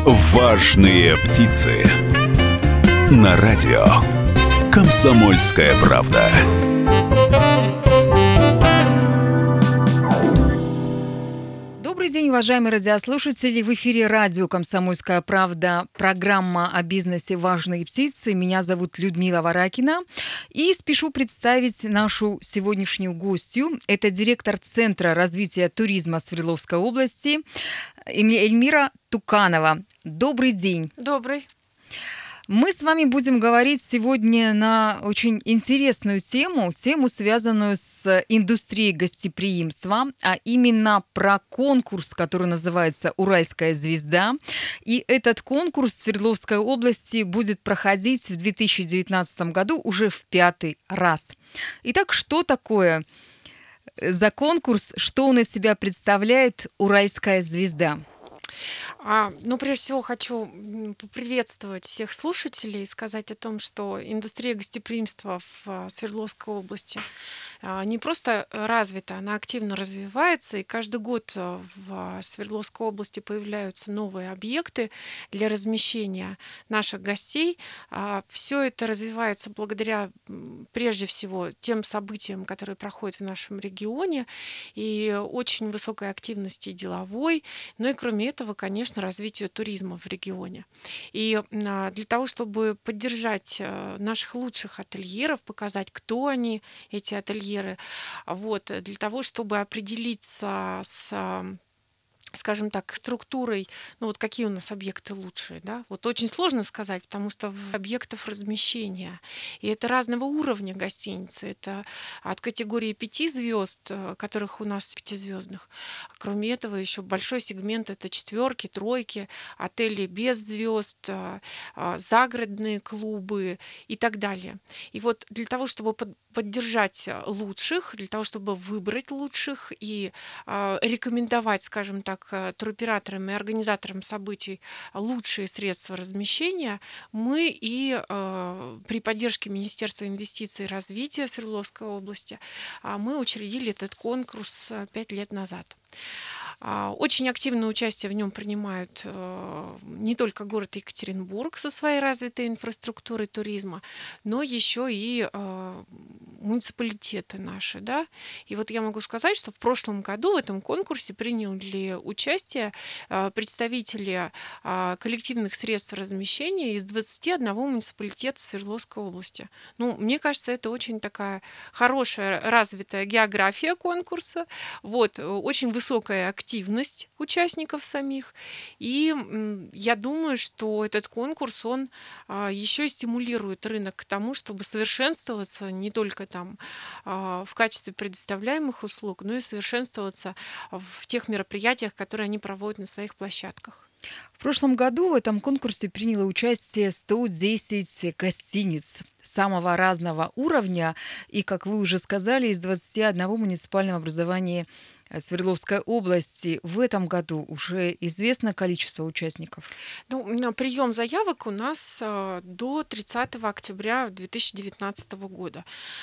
Важные птицы. На радио «Комсомольская правда». Добрый день, уважаемые радиослушатели. В эфире радио «Комсомольская правда», программа о бизнесе «Важные птицы». Меня зовут Людмила Варакина. И спешу представить нашу сегодняшнюю гостью. Это директор Центра развития туризма Свердловской области Эльмира Туканова. Добрый день. Добрый. Мы с вами будем говорить сегодня на очень интересную тему, связанную с индустрией гостеприимства, а именно про конкурс, который называется «Уральская звезда». И этот конкурс в Свердловской области будет проходить в 2019 году уже в 5-й раз. Итак, что такое за конкурс, что он из себя представляет «Уральская звезда»? Прежде всего хочу поприветствовать всех слушателей и сказать о том, что индустрия гостеприимства в Свердловской области не просто развита, она активно развивается, и каждый год в Свердловской области появляются новые объекты для размещения наших гостей. Все это развивается благодаря, прежде всего, тем событиям, которые проходят в нашем регионе, и очень высокой активности деловой, но и кроме этого, конечно, развитию туризма в регионе. И для того, чтобы поддержать наших лучших ательеров, показать, кто они, эти ательеры, для того, чтобы определиться с, скажем так, структурой, какие у нас объекты лучшие, да? Очень сложно сказать, потому что объектов размещения, и это разного уровня гостиницы, это от категории 5 звезд, которых у нас 5-звездных. Кроме этого, еще большой сегмент — это 4, 3, отели без звезд, загородные клубы и так далее. И для того, чтобы поддержать лучших, для того, чтобы выбрать лучших и рекомендовать, скажем так, туроператорам и организаторам событий лучшие средства размещения, мы и при поддержке Министерства инвестиций и развития Свердловской области мы учредили этот конкурс 5 лет назад. Очень активное участие в нем принимают не только город Екатеринбург со своей развитой инфраструктурой туризма, но еще и муниципалитеты наши. Да? И я могу сказать, что в прошлом году в этом конкурсе приняли участие представители коллективных средств размещения из 21 муниципалитета Свердловской области. Мне кажется, это очень такая хорошая развитая география конкурса, очень высокая активность участников самих. И я думаю, что этот конкурс, он еще и стимулирует рынок к тому, чтобы совершенствоваться не только там в качестве предоставляемых услуг, но и совершенствоваться в тех мероприятиях, которые они проводят на своих площадках. В прошлом году в этом конкурсе приняло участие 110 гостиниц самого разного уровня и, как вы уже сказали, из 21 муниципального образования Свердловской области. В этом году уже известно количество участников? Прием заявок у нас до 30 октября 2019 года.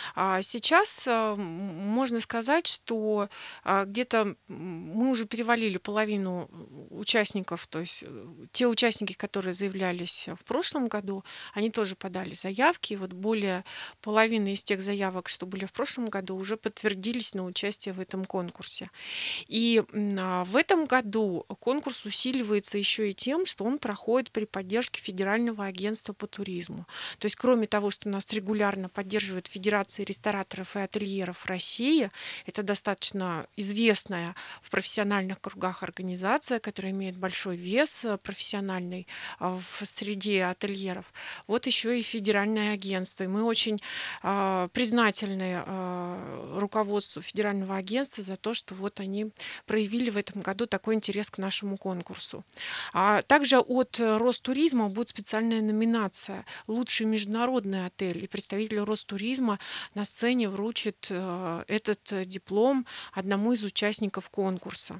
Сейчас можно сказать, что где-то мы уже перевалили половину участников, то есть те участники, которые заявлялись в прошлом году, они тоже подали заявки. И более половины из тех заявок, что были в прошлом году, уже подтвердились на участие в этом конкурсе. И в этом году конкурс усиливается еще и тем, что он проходит при поддержке Федерального агентства по туризму. То есть, кроме того, что нас регулярно поддерживает Федерация рестораторов и ательеров России, это достаточно известная в профессиональных кругах организация, которая имеет большой вес профессиональный в среде ательеров. Еще и Федеральное агентство. И мы очень признательны руководству Федерального агентства за то, что они проявили в этом году такой интерес к нашему конкурсу. Также от Ростуризма будет специальная номинация «Лучший международный отель». И представитель Ростуризма на сцене вручит этот диплом одному из участников конкурса.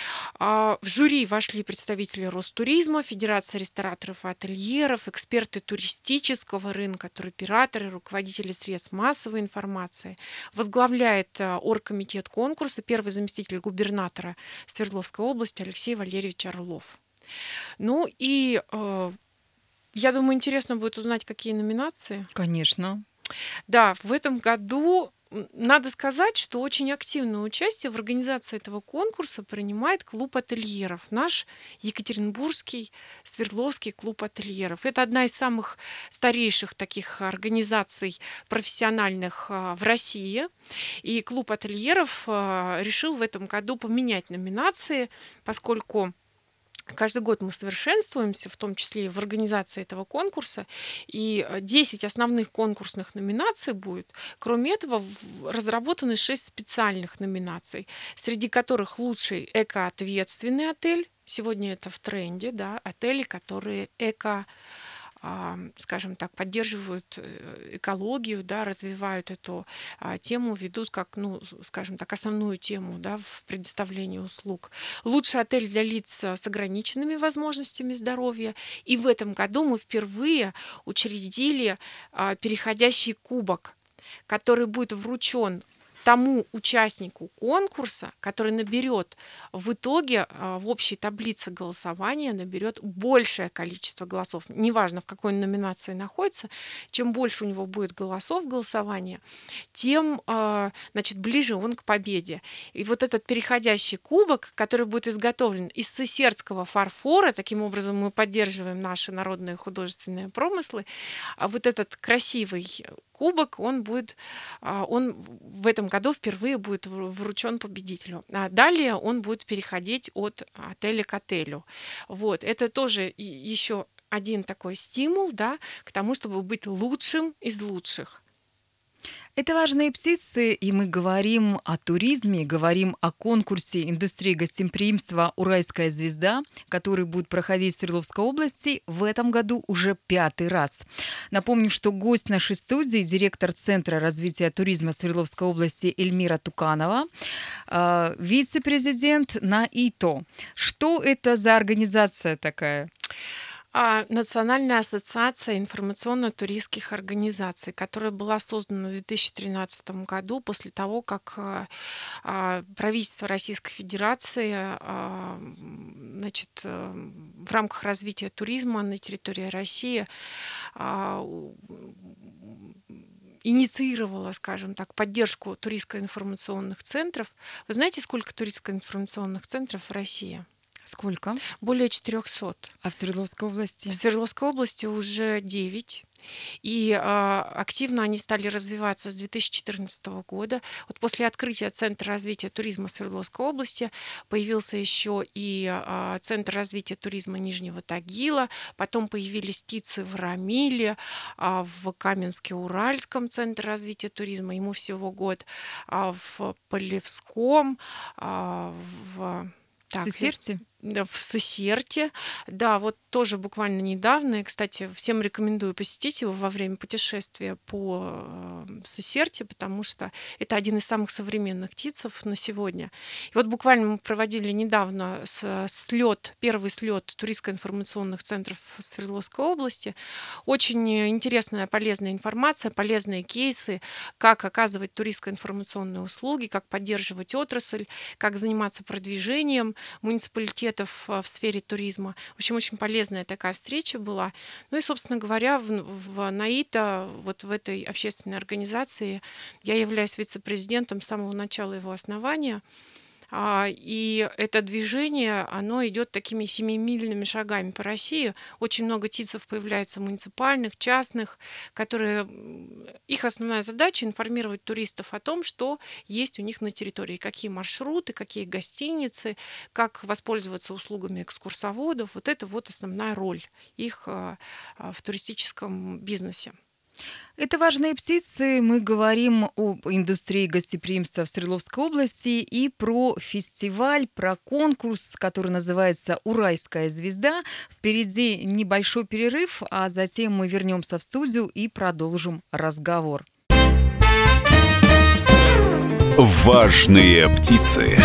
В жюри вошли представители Ростуризма, Федерация рестораторов и ательеров, эксперты туристического рынка, туроператоры, руководители средств массовой информации. Возглавляет оргкомитет конкурса первый заместитель губернатора Свердловской области Алексей Валерьевич Орлов. Ну и я думаю, интересно будет узнать, какие номинации. Конечно. Да, в этом году надо сказать, что очень активное участие в организации этого конкурса принимает клуб ательеров, наш Екатеринбургский Свердловский клуб ательеров. Это одна из самых старейших таких организаций профессиональных в России. И клуб ательеров решил в этом году поменять номинации, поскольку каждый год мы совершенствуемся, в том числе и в организации этого конкурса, и 10 основных конкурсных номинаций будет. Кроме этого, разработаны 6 специальных номинаций, среди которых лучший экоответственный отель. Сегодня это в тренде, да, отели, которые скажем так, поддерживают экологию, да, развивают эту тему, ведут как, ну, скажем так, основную тему, да, в предоставлении услуг. Лучший отель для лиц с ограниченными возможностями здоровья. И в этом году мы впервые учредили переходящий кубок, который будет вручен тому участнику конкурса, который наберет в итоге в общей таблице голосования наберет большее количество голосов. Неважно, в какой номинации находится, чем больше у него будет голосов голосования, тем значит, ближе он к победе. И вот этот переходящий кубок, который будет изготовлен из сысертского фарфора, таким образом мы поддерживаем наши народные художественные промыслы, а вот этот красивый кубок, он в этом году впервые будет вручен победителю. А далее он будет переходить от отеля к отелю. Вот. Это тоже еще один такой стимул, да, к тому, чтобы быть лучшим из лучших. Это «Важные птицы», и мы говорим о туризме, говорим о конкурсе индустрии гостеприимства «Уральская звезда», который будет проходить в Свердловской области в этом году уже 5-й раз. Напомню, что гость нашей студии – директор Центра развития туризма Свердловской области Эльмира Туканова, вице-президент НАИТО. Что это за организация такая? Национальная ассоциация информационно-туристских организаций, которая была создана в 2013 году после того, как правительство Российской Федерации значит, в рамках развития туризма на территории России инициировала, скажем так, поддержку туристско-информационных центров. Вы знаете, сколько туристско-информационных центров в России? Сколько? Более 400. А в Свердловской области? В Свердловской области уже 9. И активно они стали развиваться с 2014 года. Вот после открытия Центра развития туризма Свердловской области появился еще и Центр развития туризма Нижнего Тагила. Потом появились ТИЦы в Рамиле, в Каменске-Уральском Центре развития туризма. Ему всего год. В Полевском, в Сысерте? В Сысерте. Да, вот тоже буквально недавно. И, кстати, всем рекомендую посетить его во время путешествия по Сысерте, потому что это один из самых современных ТИЦов на сегодня. И вот буквально мы проводили недавно первый слет туристско-информационных центров Свердловской области. Очень интересная, полезная информация, полезные кейсы, как оказывать туристско-информационные услуги, как поддерживать отрасль, как заниматься продвижением муниципалитетов в сфере туризма. В общем, очень полезная такая встреча была. Ну и, собственно говоря, в НАИТО, вот в этой общественной организации, я являюсь вице-президентом с самого начала его основания. И это движение, оно идет такими 7-мильными шагами по России. Очень много ТИЦов появляется муниципальных, частных, которые... Их основная задача — информировать туристов о том, что есть у них на территории, какие маршруты, какие гостиницы, как воспользоваться услугами экскурсоводов. Вот это вот основная роль их в туристическом бизнесе. Это «Важные птицы». Мы говорим об индустрии гостеприимства в Свердловской области и про фестиваль, про конкурс, который называется «Уральская звезда». Впереди небольшой перерыв, а затем мы вернемся в студию и продолжим разговор. «Важные птицы».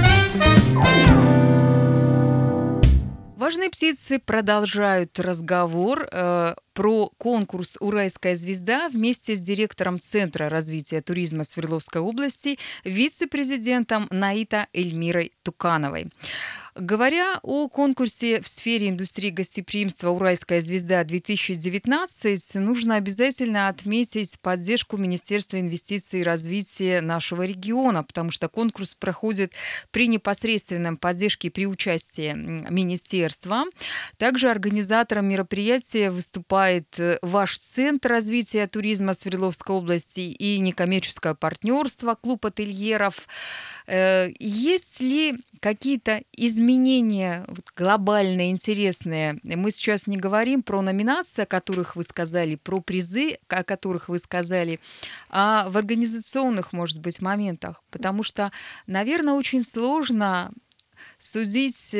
«Важные птицы» продолжают разговор про конкурс «Уральская звезда» вместе с директором Центра развития туризма Свердловской области, вице-президентом НАИТО Эльмирой Тукановой. Говоря о конкурсе в сфере индустрии гостеприимства «Уральская звезда-2019», нужно обязательно отметить поддержку Министерства инвестиций и развития нашего региона, потому что конкурс проходит при непосредственном поддержке при участии министерства. Также организатором мероприятия выступает ваш Центр развития туризма Свердловской области и некоммерческое партнерство «Клуб ательеров». Есть ли какие-то изменения глобальные, интересные? Мы сейчас не говорим про номинации, о которых вы сказали, про призы, о которых вы сказали, а в организационных, может быть, моментах. Потому что, наверное, очень сложно судить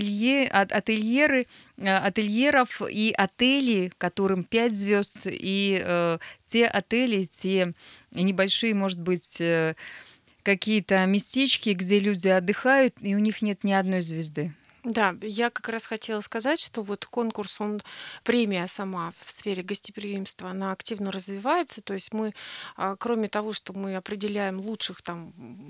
ательеров и отели, которым 5 звезд, и те отели, те небольшие, может быть, какие-то местечки, где люди отдыхают, и у них нет ни одной звезды. Да, я как раз хотела сказать, что вот конкурс, премия сама в сфере гостеприимства, она активно развивается. То есть мы, кроме того, что мы определяем лучших там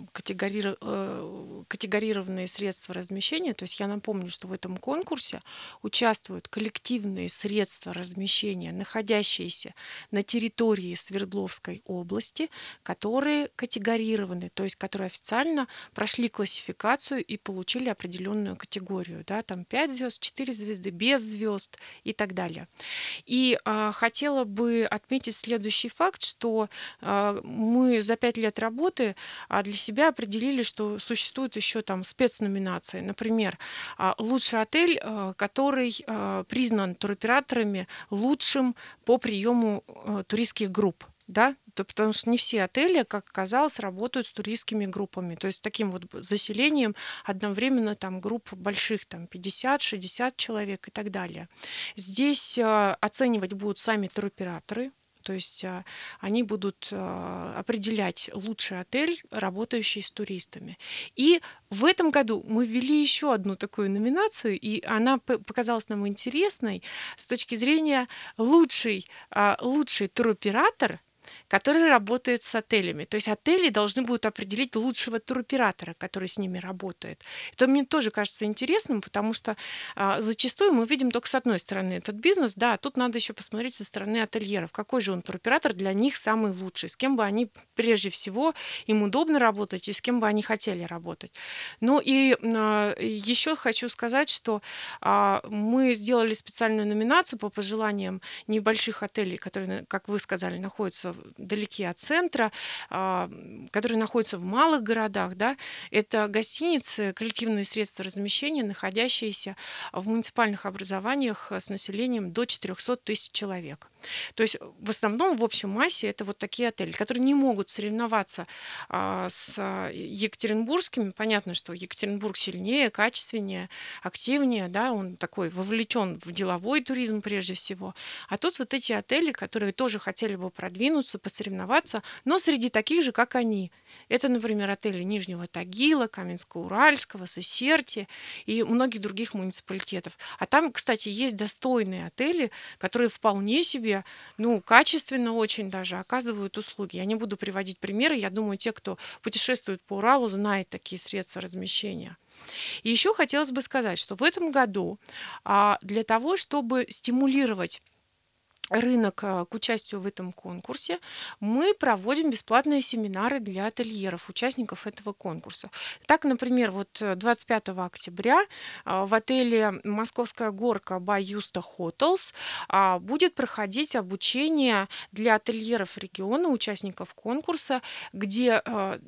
категорированные средства размещения, то есть я напомню, что в этом конкурсе участвуют коллективные средства размещения, находящиеся на территории Свердловской области, которые категорированы, то есть которые официально прошли классификацию и получили определенную категорию. Да, там 5 звезд, 4 звезды, без звезд и так далее. И хотела бы отметить следующий факт, что мы за 5 лет работы для себя определили, что существуют еще там спецноминации. Например, лучший отель, который признан туроператорами лучшим по приему туристских групп. Да? Потому что не все отели, как оказалось, работают с туристскими группами. То есть таким вот заселением одновременно там групп больших, там 50-60 человек и так далее. Здесь оценивать будут сами туроператоры. То есть они будут определять лучший отель, работающий с туристами. И в этом году мы ввели еще одну такую номинацию, и она показалась нам интересной с точки зрения лучший туроператор, который работает с отелями. То есть отели должны будут определить лучшего туроператора, который с ними работает. Это мне тоже кажется интересным, потому что зачастую мы видим только с одной стороны этот бизнес, да, а тут надо еще посмотреть со стороны ательеров, какой же он туроператор для них самый лучший, с кем бы они прежде всего им удобно работать и с кем бы они хотели работать. Ну и еще хочу сказать, что мы сделали специальную номинацию по пожеланиям небольших отелей, которые, как вы сказали, находятся далеки от центра, которые находятся в малых городах. Да? Это гостиницы, коллективные средства размещения, находящиеся в муниципальных образованиях с населением до 400 тысяч человек. То есть в основном в общей массе это вот такие отели, которые не могут соревноваться с екатеринбургскими. Понятно, что Екатеринбург сильнее, качественнее, активнее, да, он такой вовлечен в деловой туризм прежде всего. А тут вот эти отели, которые тоже хотели бы продвинуться, посоревноваться, но среди таких же, как они. Это, например, отели Нижнего Тагила, Каменска-Уральского, Сысерти и многих других муниципалитетов. А там, кстати, есть достойные отели, которые вполне себе, качественно очень даже оказывают услуги. Я не буду приводить примеры. Я думаю, те, кто путешествует по Уралу, знают такие средства размещения. И еще хотелось бы сказать, что в этом году для того, чтобы стимулировать рынок к участию в этом конкурсе, мы проводим бесплатные семинары для ательеров, участников этого конкурса. Так, например, 25 октября в отеле «Московская горка» by Justa Hotels будет проходить обучение для ательеров региона, участников конкурса, где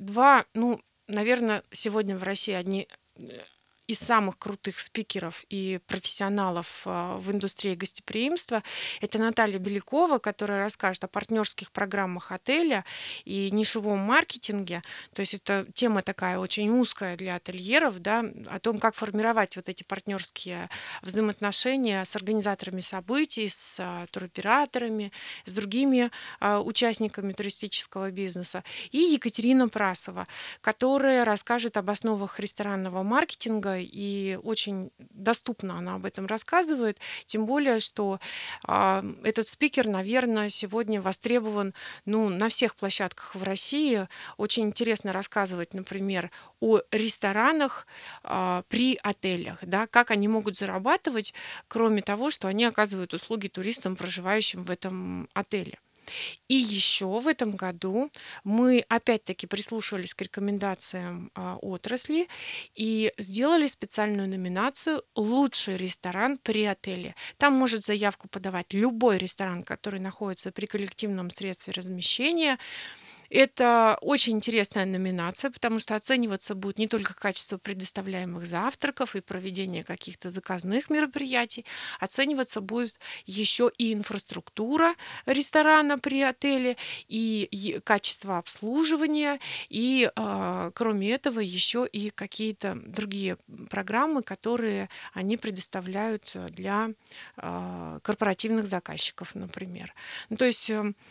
наверное, сегодня в России одни из самых крутых спикеров и профессионалов в индустрии гостеприимства. Это Наталья Белякова, которая расскажет о партнерских программах отеля и нишевом маркетинге. То есть это тема такая очень узкая для ательеров, да, о том, как формировать вот эти партнерские взаимоотношения с организаторами событий, с туроператорами, с другими участниками туристического бизнеса. И Екатерина Прасова, которая расскажет об основах ресторанного маркетинга и очень доступно она об этом рассказывает. Тем более, что этот спикер, наверное, сегодня востребован на всех площадках в России. Очень интересно рассказывать, например, о ресторанах при отелях, да, как они могут зарабатывать, кроме того, что они оказывают услуги туристам, проживающим в этом отеле. И еще в этом году мы опять-таки прислушивались к рекомендациям отрасли и сделали специальную номинацию «Лучший ресторан при отеле». Там может заявку подавать любой ресторан, который находится при коллективном средстве размещения. Это очень интересная номинация, потому что оцениваться будет не только качество предоставляемых завтраков и проведение каких-то заказных мероприятий, оцениваться будет еще и инфраструктура ресторана при отеле, и качество обслуживания, и, кроме этого, еще и какие-то другие программы, которые они предоставляют для корпоративных заказчиков, например. То есть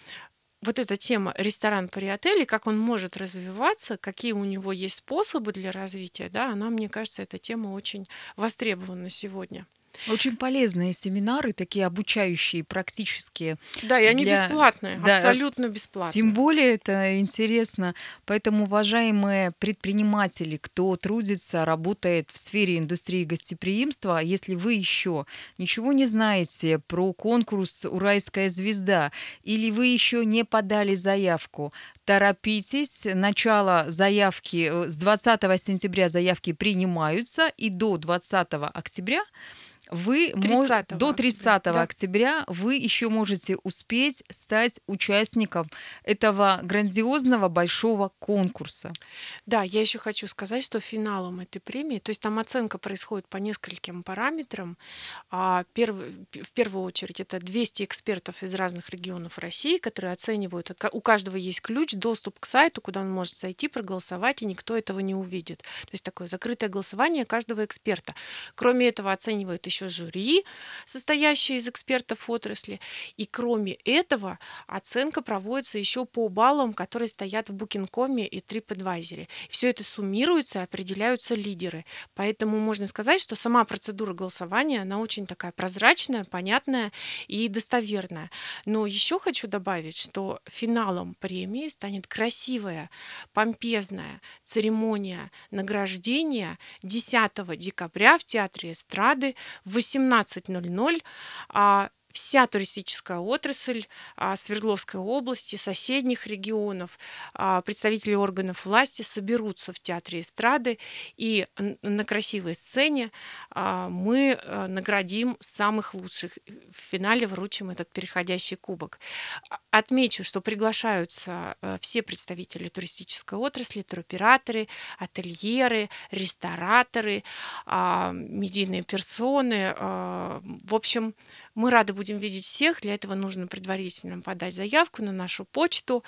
вот эта тема ресторан при отеле, как он может развиваться, какие у него есть способы для развития, да, она, мне кажется, эта тема очень востребована сегодня. Очень полезные семинары, такие обучающие, практические. Да, и они бесплатные, Да, абсолютно тем бесплатные. более это интересно. Поэтому, уважаемые предприниматели, кто трудится, работает в сфере индустрии гостеприимства, если вы еще ничего не знаете про конкурс «Уральская звезда» или вы еще не подали заявку, торопитесь. Начало заявки с 20 сентября заявки принимаются, и до 20 октября вы до 30 да. октября вы еще можете успеть стать участником этого грандиозного большого конкурса. Да, я еще хочу сказать, что финалом этой премии, то есть там оценка происходит по нескольким параметрам. В первую очередь это 200 экспертов из разных регионов России, которые оценивают. У каждого есть ключ, доступ к сайту, куда он может зайти, проголосовать, и никто этого не увидит. То есть такое закрытое голосование каждого эксперта. Кроме этого оценивает еще жюри, состоящее из экспертов отрасли. И кроме этого оценка проводится еще по баллам, которые стоят в Booking.com и TripAdvisor. Все это суммируется и определяются лидеры. Поэтому можно сказать, что сама процедура голосования, она очень такая прозрачная, понятная и достоверная. Но еще хочу добавить, что финалом премии станет красивая, помпезная церемония награждения 10 декабря в Театре эстрады в 18:00. Вся туристическая отрасль Свердловской области, соседних регионов, представители органов власти соберутся в Театре эстрады, и на красивой сцене мы наградим самых лучших. В финале вручим этот переходящий кубок. Отмечу, что приглашаются все представители туристической отрасли, туроператоры, ательеры, рестораторы, медийные персоны. В общем, мы рады будем видеть всех. Для этого нужно предварительно подать заявку на нашу почту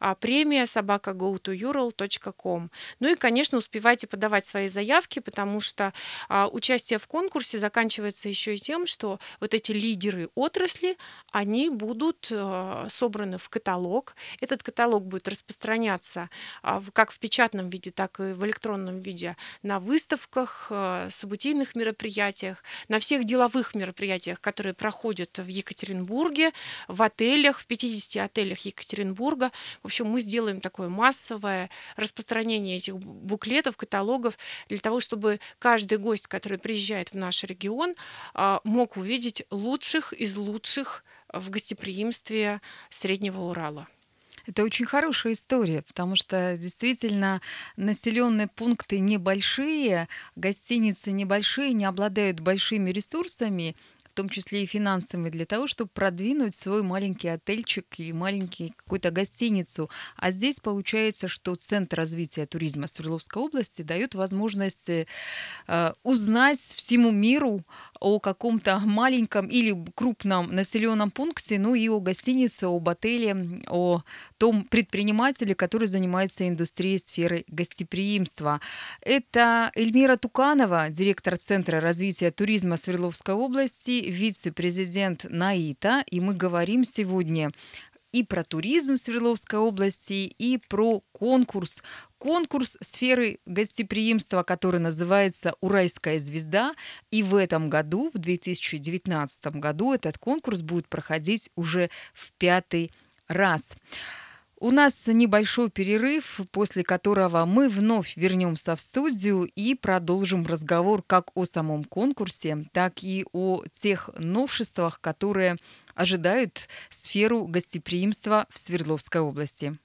premia@gotoural.com. Ну и, конечно, успевайте подавать свои заявки, потому что участие в конкурсе заканчивается еще и тем, что вот эти лидеры отрасли, они будут собраны в каталог. Этот каталог будет распространяться как в печатном виде, так и в электронном виде на выставках, событийных мероприятиях, на всех деловых мероприятиях, которые проходят в Екатеринбурге, в отелях, в 50 отелях Екатеринбурга. В общем, мы сделаем такое массовое распространение этих буклетов, каталогов, для того, чтобы каждый гость, который приезжает в наш регион, мог увидеть лучших из лучших в гостеприимстве Среднего Урала. Это очень хорошая история, потому что действительно населенные пункты небольшие, гостиницы небольшие, не обладают большими ресурсами, в том числе и финансовыми, для того, чтобы продвинуть свой маленький отельчик или маленький какую-то гостиницу. А здесь получается, что Центр развития туризма Свердловской области дает возможность узнать всему миру о каком-то маленьком или крупном населенном пункте, ну и о гостинице, об отеле, о том предпринимателе, который занимается индустрией сферы гостеприимства. Это Эльмира Туканова, директор Центра развития туризма Свердловской области, вице-президент НАИТа. И мы говорим сегодня и про туризм Свердловской области, и про конкурс. Конкурс сферы гостеприимства, который называется «Уральская звезда». И в этом году, в 2019 году, этот конкурс будет проходить уже в 5-й раз. У нас небольшой перерыв, после которого мы вновь вернемся в студию и продолжим разговор как о самом конкурсе, так и о тех новшествах, которые ожидают сферу гостеприимства в Свердловской области.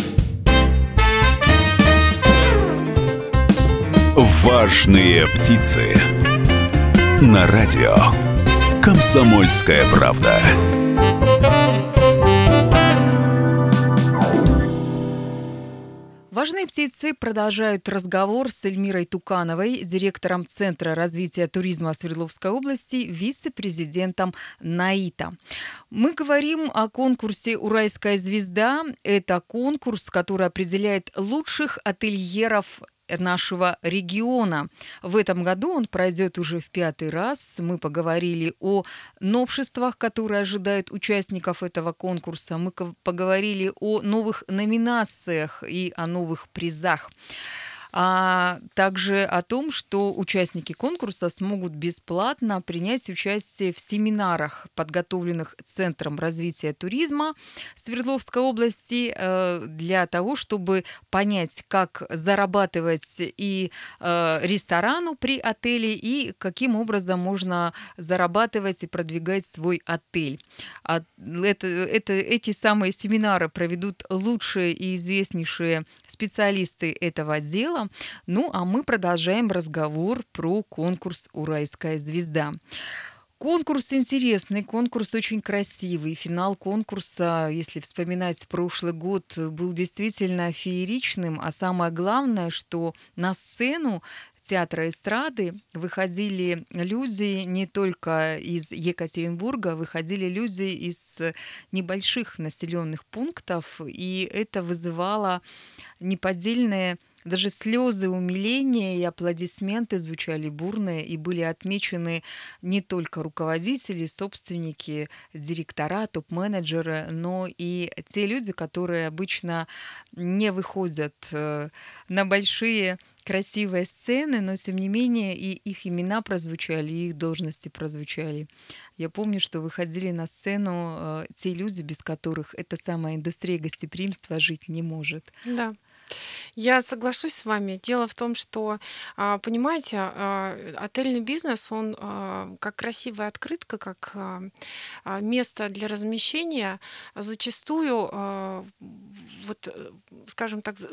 Важные птицы. На радио «Комсомольская правда». Важные птицы продолжают разговор с Эльмирой Тукановой, директором Центра развития туризма Свердловской области, вице-президентом НАИТа. Мы говорим о конкурсе «Уральская звезда». Это конкурс, который определяет лучших ательеров нашего региона. В этом году он пройдет уже в 5-й раз. Мы поговорили о новшествах, которые ожидают участников этого конкурса. Мы поговорили о новых номинациях и о новых призах. А также о том, что участники конкурса смогут бесплатно принять участие в семинарах, подготовленных Центром развития туризма Свердловской области, для того, чтобы понять, как зарабатывать и ресторану при отеле, и каким образом можно зарабатывать и продвигать свой отель. Эти самые семинары проведут лучшие и известнейшие специалисты этого дела. Ну, а мы продолжаем разговор про конкурс «Уральская звезда». Конкурс интересный, конкурс очень красивый. Финал конкурса, если вспоминать прошлый год, был действительно фееричным. А самое главное, что на сцену театра эстрады выходили люди не только из Екатеринбурга, выходили люди из небольших населенных пунктов, и это вызывало неподдельные даже слезы умиления и аплодисменты звучали бурные, и были отмечены не только руководители, собственники, директора, топ-менеджеры, но и те люди, которые обычно не выходят на большие красивые сцены, но тем не менее и их имена прозвучали, и их должности прозвучали. Я помню, что выходили на сцену те люди, без которых эта самая индустрия гостеприимства жить не может. Да. Я соглашусь с вами. Дело в том, что, понимаете, отельный бизнес, он как красивая открытка, как место для размещения, зачастую, скажем так,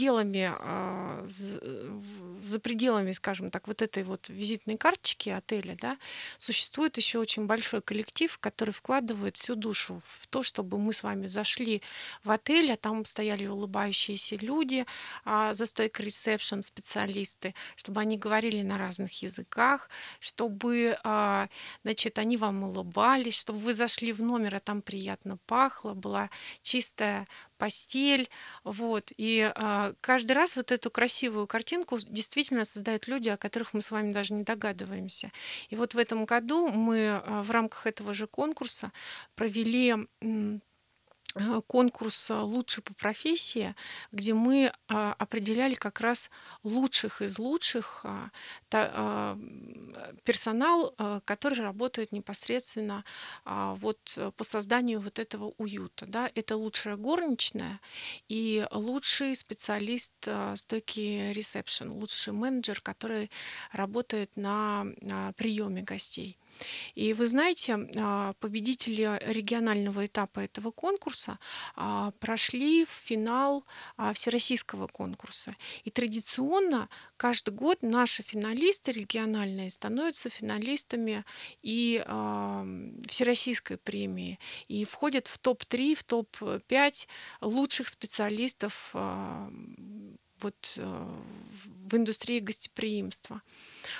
за пределами, скажем так, вот этой вот визитной карточки отеля, да, существует еще очень большой коллектив, который вкладывает всю душу в то, чтобы мы с вами зашли в отель, а там стояли улыбающиеся люди, за стойкой ресепшн специалисты, чтобы они говорили на разных языках, чтобы, значит, они вам улыбались, чтобы вы зашли в номер, а там приятно пахло, была чистая постель, вот. И каждый раз вот эту красивую картинку действительно создают люди, о которых мы с вами даже не догадываемся. И вот в этом году мы в рамках этого же конкурса провели конкурс «Лучший по профессии», где мы определяли как раз лучших из лучших персонал, который работает непосредственно вот по созданию вот этого уюта. Да? Это лучшая горничная и лучший специалист стойки ресепшн, лучший менеджер, который работает на приеме гостей. И вы знаете, победители регионального этапа этого конкурса прошли в финал всероссийского конкурса. И традиционно каждый год наши финалисты региональные становятся финалистами и всероссийской премии и входят в топ-3, в топ-5 лучших специалистов в индустрии гостеприимства.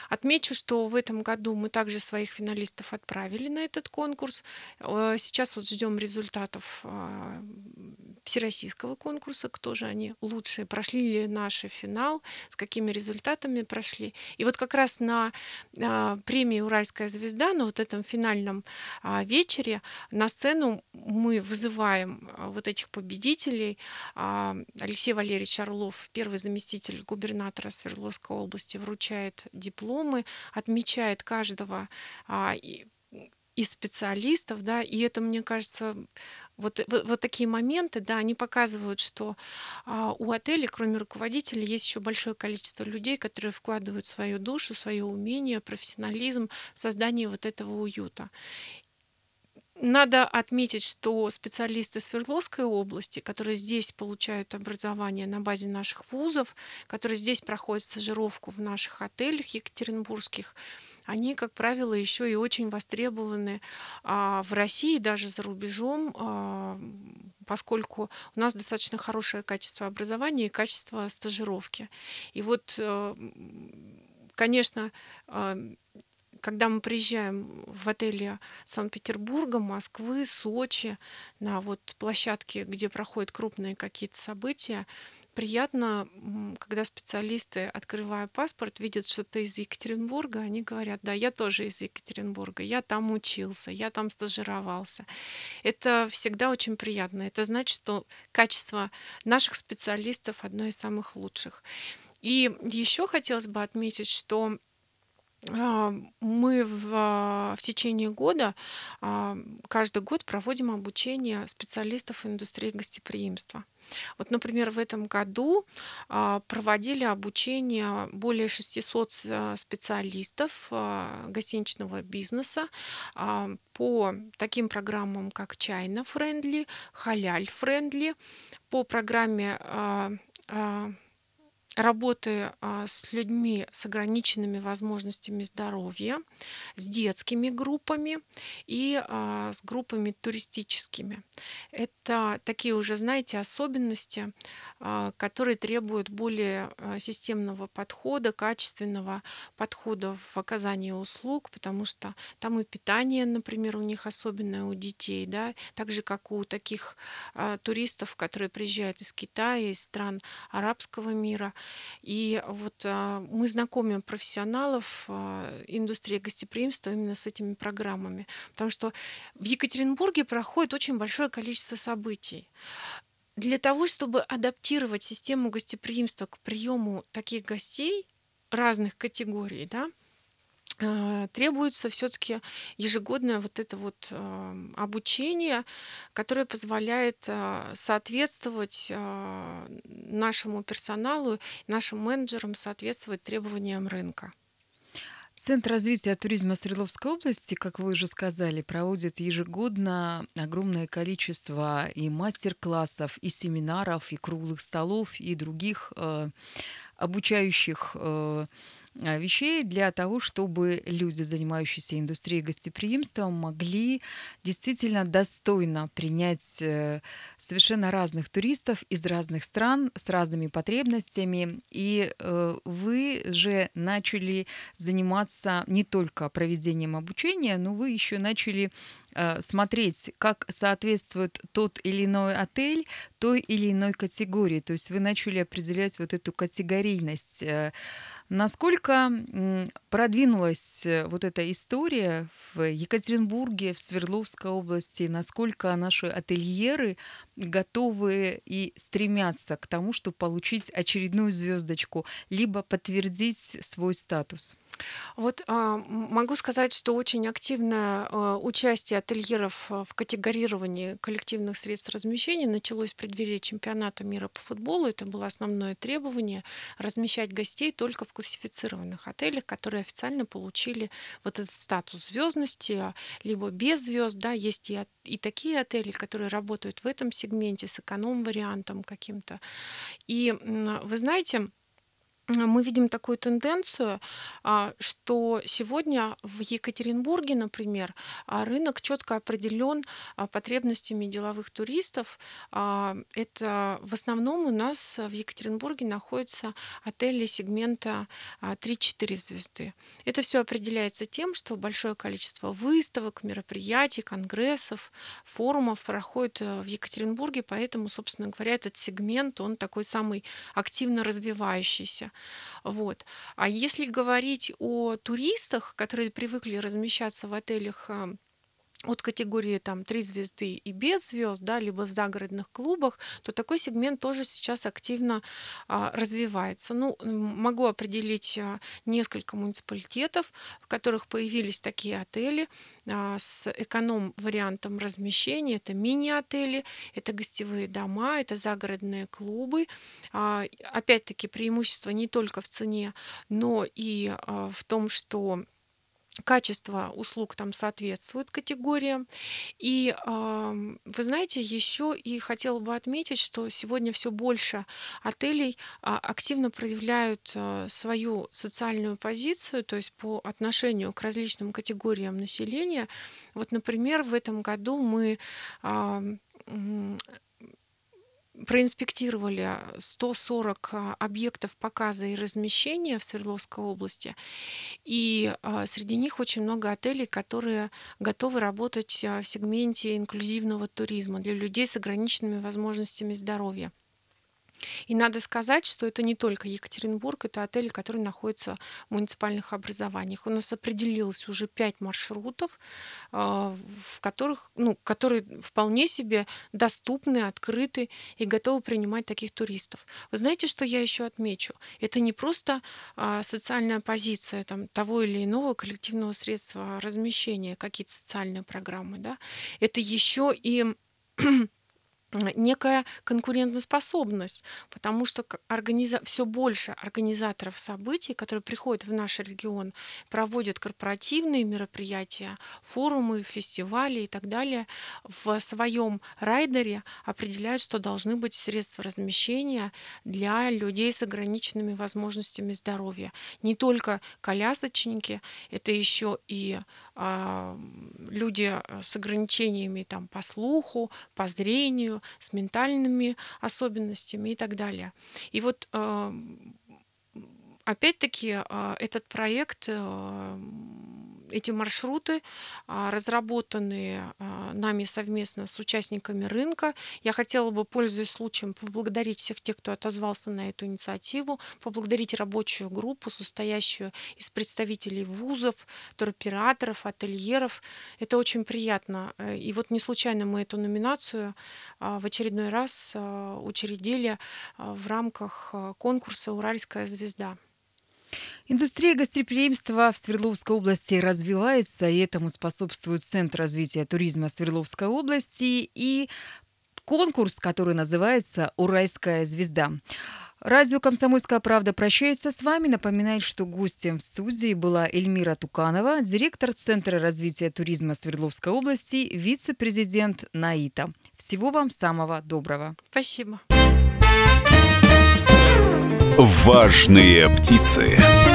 Отмечу, что в этом году мы также своих финалистов отправили на этот конкурс. Сейчас вот ждем результатов всероссийского конкурса, кто же они лучшие, прошли ли наши финал, с какими результатами прошли. И вот как раз на премии «Уральская звезда», на вот этом финальном вечере на сцену мы вызываем вот этих победителей. Алексей Валерьевич Орлов, первый заместитель губернатора Свердловской области, вручает дипломы, отмечает каждого из специалистов, да, и это, мне кажется, вот такие моменты, да, они показывают, что у отеля, кроме руководителя, есть еще большое количество людей, которые вкладывают свою душу, свое умение, профессионализм в создание вот этого уюта. Надо отметить, что специалисты Свердловской области, которые здесь получают образование на базе наших вузов, которые здесь проходят стажировку в наших отелях екатеринбургских, они, как правило, еще и очень востребованы в России, даже за рубежом, поскольку у нас достаточно хорошее качество образования и качество стажировки. И вот, конечно, когда мы приезжаем в отели Санкт-Петербурга, Москвы, Сочи, на вот площадке, где проходят крупные какие-то события, приятно, когда специалисты, открывая паспорт, видят, что ты из Екатеринбурга, они говорят: да, я тоже из Екатеринбурга, я там учился, я там стажировался. Это всегда очень приятно. Это значит, что качество наших специалистов одно из самых лучших. И еще хотелось бы отметить, что мы в течение года, каждый год проводим обучение специалистов индустрии гостеприимства. Вот, например, в этом году проводили обучение более 600 специалистов гостиничного бизнеса по таким программам, как China Friendly, Halal Friendly, по программе работы с людьми с ограниченными возможностями здоровья, с детскими группами и с группами туристическими. Это такие уже, знаете, особенности, которые требуют более системного подхода, качественного подхода в оказании услуг, потому что там и питание, например, у них особенное у детей, да, так же, как у таких туристов, которые приезжают из Китая, из стран арабского мира. И вот мы знакомим профессионалов индустрии гостеприимства именно с этими программами, потому что в Екатеринбурге проходит очень большое количество событий. Для того, чтобы адаптировать систему гостеприимства к приему таких гостей разных категорий, да, требуется все-таки ежегодное вот это вот обучение, которое позволяет соответствовать нашему персоналу, нашим менеджерам, соответствовать требованиям рынка. Центр развития туризма Свердловской области, как вы уже сказали, проводит ежегодно огромное количество и мастер-классов, и семинаров, и круглых столов, и других обучающих вещей для того, чтобы люди, занимающиеся индустрией гостеприимства, могли действительно достойно принять совершенно разных туристов из разных стран с разными потребностями. И вы же начали заниматься не только проведением обучения, но вы еще начали смотреть, как соответствует тот или иной отель той или иной категории. То есть вы начали определять вот эту категорийность. Насколько продвинулась вот эта история в Екатеринбурге, в Свердловской области, насколько наши ательеры готовы и стремятся к тому, чтобы получить очередную звездочку, либо подтвердить свой статус? Вот могу сказать, что очень активное участие ательеров в категорировании коллективных средств размещения началось в преддверии чемпионата мира по футболу. Это было основное требование — размещать гостей только в классифицированных отелях, которые официально получили вот этот статус звездности, либо без звезд. Да, есть и такие отели, которые работают в этом сегменте с эконом-вариантом каким-то. И вы знаете, мы видим такую тенденцию, что сегодня в Екатеринбурге, например, рынок четко определен потребностями деловых туристов. Это в основном у нас в Екатеринбурге находятся отели сегмента 3-4 звезды. Это все определяется тем, что большое количество выставок, мероприятий, конгрессов, форумов проходит в Екатеринбурге, поэтому, собственно говоря, этот сегмент, он такой самый активно развивающийся. Вот. А если говорить о туристах, которые привыкли размещаться в отелях от категории там 3 звезды и без звезд, да, либо в загородных клубах, то такой сегмент тоже сейчас активно развивается. Ну, могу определить несколько муниципалитетов, в которых появились такие отели с эконом-вариантом размещения. Это мини-отели, это гостевые дома, это загородные клубы. Опять-таки преимущество не только в цене, но и в том, что качество услуг там соответствует категориям. И вы знаете, еще и хотела бы отметить, что сегодня все больше отелей активно проявляют свою социальную позицию, то есть по отношению к различным категориям населения. Вот, например, в этом году мы проинспектировали 140 объектов показа и размещения в Свердловской области, и среди них очень много отелей, которые готовы работать в сегменте инклюзивного туризма для людей с ограниченными возможностями здоровья. И надо сказать, что это не только Екатеринбург, это отели, которые находятся в муниципальных образованиях. У нас определилось уже 5 маршрутов, в которых, которые вполне себе доступны, открыты и готовы принимать таких туристов. Вы знаете, что я еще отмечу? Это не просто социальная позиция того или иного коллективного средства размещения, какие-то социальные программы, да? Это еще и некая конкурентоспособность, потому что все больше организаторов событий, которые приходят в наш регион, проводят корпоративные мероприятия, форумы, фестивали и так далее, в своем райдере определяют, что должны быть средства размещения для людей с ограниченными возможностями здоровья. Не только колясочники, это еще и люди с ограничениями по слуху, по зрению, с ментальными особенностями и так далее. И вот опять-таки этот проект, эти маршруты разработаны нами совместно с участниками рынка. Я хотела бы, пользуясь случаем, поблагодарить всех тех, кто отозвался на эту инициативу, поблагодарить рабочую группу, состоящую из представителей вузов, туроператоров, ательеров. Это очень приятно. И вот не случайно мы эту номинацию в очередной раз учредили в рамках конкурса «Уральская звезда». Индустрия гостеприимства в Свердловской области развивается, и этому способствует Центр развития туризма Свердловской области и конкурс, который называется «Уральская звезда». Радио «Комсомольская правда» прощается с вами. Напоминает, что гостем в студии была Эльмира Туканова, директор Центра развития туризма Свердловской области, вице-президент НАИТа. Всего вам самого доброго. Спасибо. Важные птицы.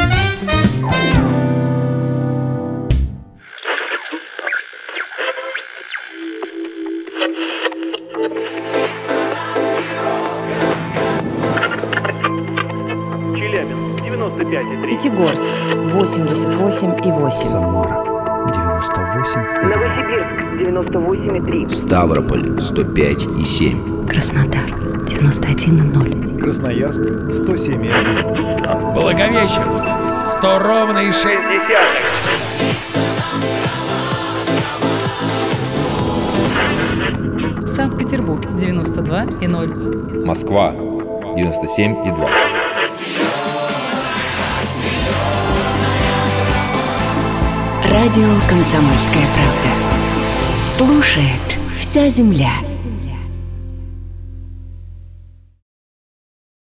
Челябинск 95,3. Пятигорск 88,8. Самара 98,2. Новосибирск 98,3. Ставрополь 105,7. Краснодар 91,0. Красноярск 107,1. Благовещенск 100 ровно и 6. Санкт-Петербург 92,0. Москва 97,2. Радио «Комсомольская правда». Слушает вся земля.